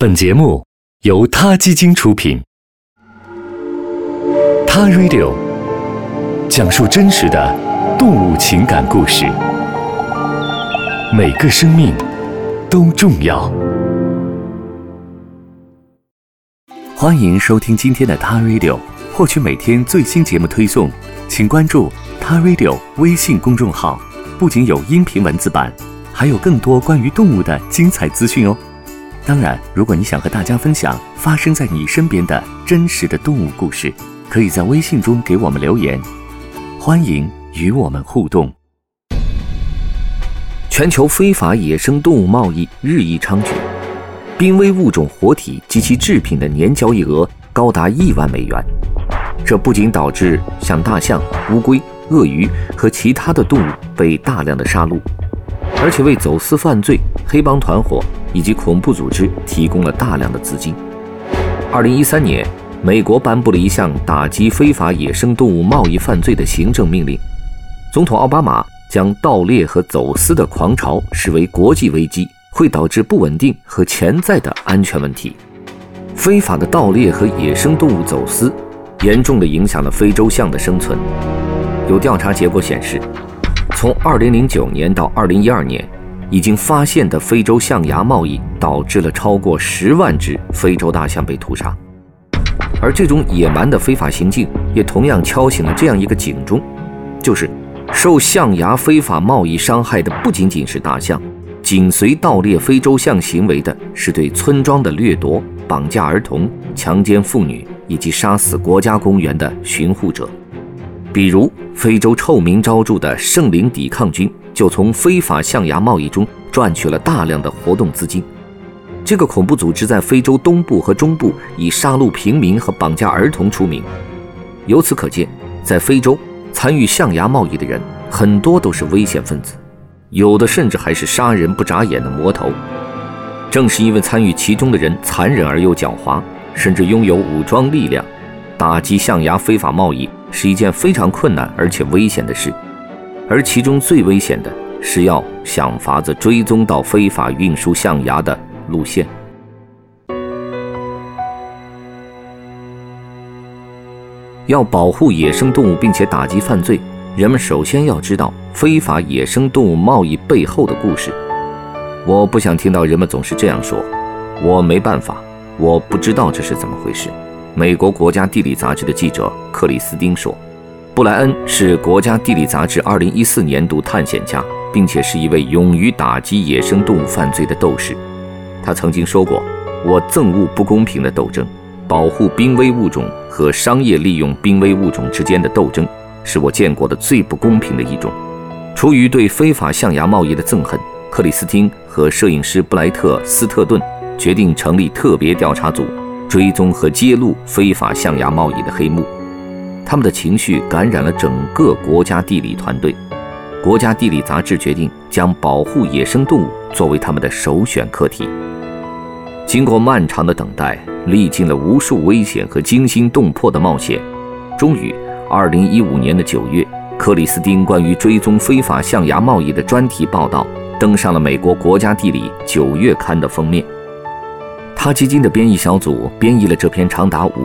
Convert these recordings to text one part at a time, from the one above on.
本节目由他基金出品。他 Radio 讲述真实的动物情感故事，每个生命都重要。欢迎收听今天的他 Radio， 获取每天最新节目推送，请关注他 Radio 微信公众号，不仅有音频文字版，还有更多关于动物的精彩资讯哦。当然，如果你想和大家分享发生在你身边的真实的动物故事，可以在微信中给我们留言，欢迎与我们互动。 全球非法野生动物贸易日益猖獗，濒危物种活体及其制品的年交易额高达1万美元。这不仅导致像大象、乌龟、鳄鱼和其他的动物被大量的杀戮，而且为走私犯罪、黑帮团伙以及恐怖组织提供了大量的资金。2013年，美国颁布了一项打击非法野生动物贸易犯罪的行政命令。总统奥巴马将盗猎和走私的狂潮视为国际危机，会导致不稳定和潜在的安全问题。非法的盗猎和野生动物走私严重地影响了非洲象的生存。有调查结果显示，从2009年到2012年，已经发现的非洲象牙贸易导致了超过10万只非洲大象被屠杀。而这种野蛮的非法行径也同样敲醒了这样一个警钟，就是受象牙非法贸易伤害的不仅仅是大象，紧随盗猎非洲象行为的是对村庄的掠夺、绑架儿童、强奸妇女以及杀死国家公园的巡护者。比如非洲臭名昭著的圣灵抵抗军就从非法象牙贸易中赚取了大量的活动资金。这个恐怖组织在非洲东部和中部以杀戮平民和绑架儿童出名。由此可见，在非洲参与象牙贸易的人很多都是危险分子，有的甚至还是杀人不眨眼的魔头。正是因为参与其中的人残忍而又狡猾，甚至拥有武装力量，打击象牙非法贸易是一件非常困难而且危险的事。而其中最危险的是要想法子追踪到非法运输象牙的路线。要保护野生动物并且打击犯罪，人们首先要知道非法野生动物贸易背后的故事。我不想听到人们总是这样说，我没办法，我不知道这是怎么回事。美国国家地理杂志的记者克里斯汀说，布莱恩是国家地理杂志2014年度探险家，并且是一位勇于打击野生动物犯罪的斗士。他曾经说过，我憎恶不公平的斗争，保护濒危物种和商业利用濒危物种之间的斗争是我见过的最不公平的一种。出于对非法象牙贸易的憎恨，克里斯汀和摄影师布莱特·斯特顿决定成立特别调查组，追踪和揭露非法象牙贸易的黑幕。他们的情绪感染了整个国家地理团队。国家地理杂志决定将保护野生动物作为他们的首选课题。经过漫长的等待，历尽了无数危险和惊心动魄的冒险，终于2015年的9月，克里斯汀关于追踪非法象牙贸易的专题报道登上了美国国家地理9月刊的封面。他基金的编译小组编译了这篇长达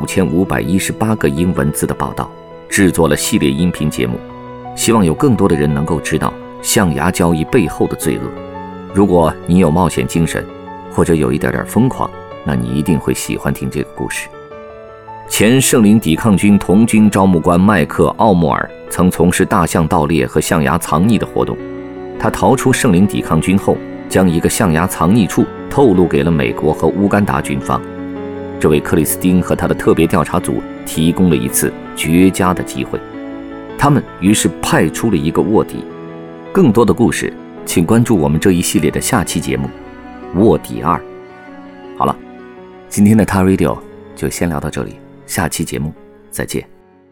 5518个英文字的报道，制作了系列音频节目，希望有更多的人能够知道象牙交易背后的罪恶。如果你有冒险精神，或者有一点疯狂，那你一定会喜欢听这个故事。前圣灵抵抗军童军招募官麦克·奥莫尔曾从事大象盗猎和象牙藏匿的活动。他逃出圣灵抵抗军后，将一个象牙藏匿处透露给了美国和乌干达军方，这为克里斯汀和他的特别调查组提供了一次绝佳的机会。他们于是派出了一个卧底。更多的故事请关注我们这一系列的下期节目《卧底2》。好了，今天的他 Radio 就先聊到这里，下期节目再见。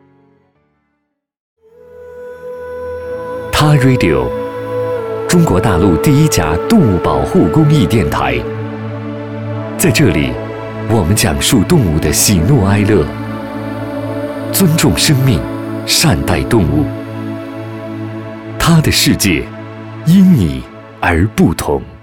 他 Radio， 中国大陆第一家动物保护公益电台。在这里，我们讲述动物的喜怒哀乐，尊重生命，善待动物。他的世界因你而不同。